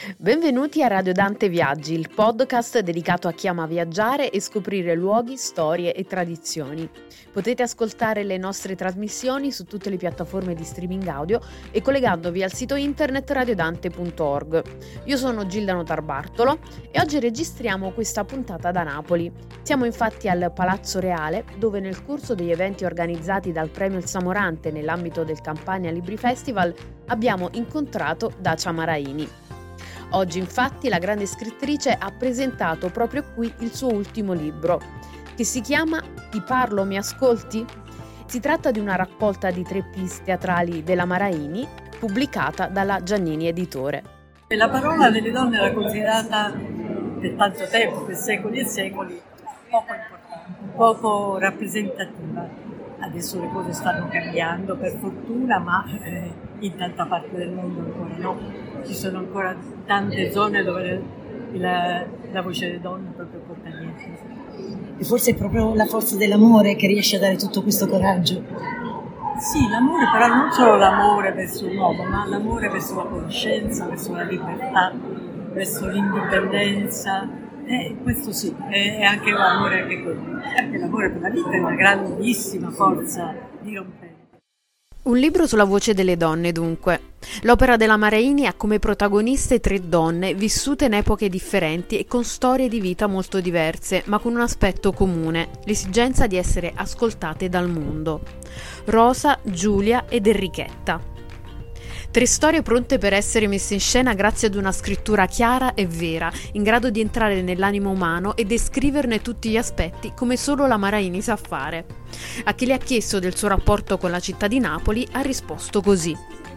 Benvenuti a Radio Dante Viaggi, il podcast dedicato a chi ama viaggiare e scoprire luoghi, storie e tradizioni. Potete ascoltare le nostre trasmissioni su tutte le piattaforme di streaming audio e collegandovi al sito internet radiodante.org. Io sono Gilda Notarbartolo e oggi registriamo questa puntata da Napoli. Siamo infatti al Palazzo Reale, dove nel corso degli eventi organizzati dal Premio Il Samorante nell'ambito del Campania Libri Festival abbiamo incontrato Dacia Maraini. Oggi infatti la grande scrittrice ha presentato proprio qui il suo ultimo libro, che si chiama Ti parlo, mi ascolti? Si tratta di una raccolta di 3 pièce teatrali della Maraini, pubblicata dalla Giannini Editore. La parola delle donne era considerata per tanto tempo, per secoli e secoli, poco importante, poco rappresentativa. Adesso le cose stanno cambiando per fortuna, ma in tanta parte del mondo ancora no. Ci sono ancora tante zone dove la voce delle donne proprio porta niente. E forse è proprio la forza dell'amore che riesce a dare tutto questo coraggio. Sì, l'amore, però non solo l'amore verso un uomo, ma l'amore verso la conoscenza, verso la libertà, verso l'indipendenza. Questo sì, è anche l'amore, anche quello. Anche l'amore per la vita è una grandissima forza dirompente. Un libro sulla voce delle donne, dunque. L'opera della Maraini ha come protagoniste 3 donne vissute in epoche differenti e con storie di vita molto diverse, ma con un aspetto comune, l'esigenza di essere ascoltate dal mondo. Rosa, Giulia ed Enrichetta. 3 storie pronte per essere messe in scena grazie ad una scrittura chiara e vera, in grado di entrare nell'animo umano e descriverne tutti gli aspetti come solo la Maraini sa fare. A chi le ha chiesto del suo rapporto con la città di Napoli ha risposto così.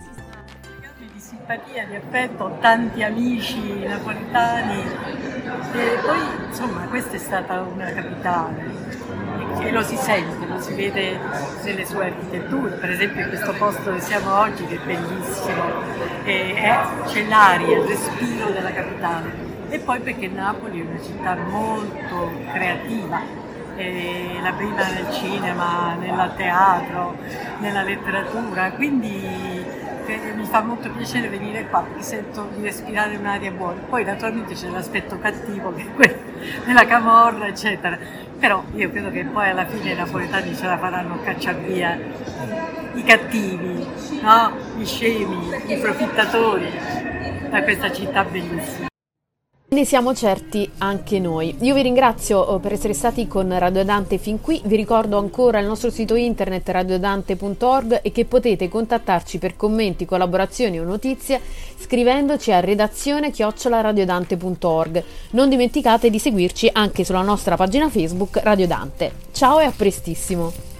Di simpatia, di affetto, ho tanti amici napoletani e poi insomma questa è stata una capitale e lo si sente, lo si vede nelle sue architetture, per esempio in questo posto dove siamo oggi che è bellissimo, c'è l'aria, il respiro della capitale e poi perché Napoli è una città molto creativa, la prima nel cinema, nel teatro, nella letteratura, quindi mi fa molto piacere venire qua perché sento di respirare un'aria buona. Poi naturalmente c'è l'aspetto cattivo che è quello della camorra eccetera, però io credo che poi alla fine i napoletani ce la faranno a cacciar via i cattivi, no? Gli scemi, i profittatori da questa città bellissima. Ne siamo certi anche noi. Io vi ringrazio per essere stati con Radio Dante fin qui, vi ricordo ancora il nostro sito internet radiodante.org e che potete contattarci per commenti, collaborazioni o notizie scrivendoci a redazione@radiodante.org. Non dimenticate di seguirci anche sulla nostra pagina Facebook Radio Dante. Ciao e a prestissimo!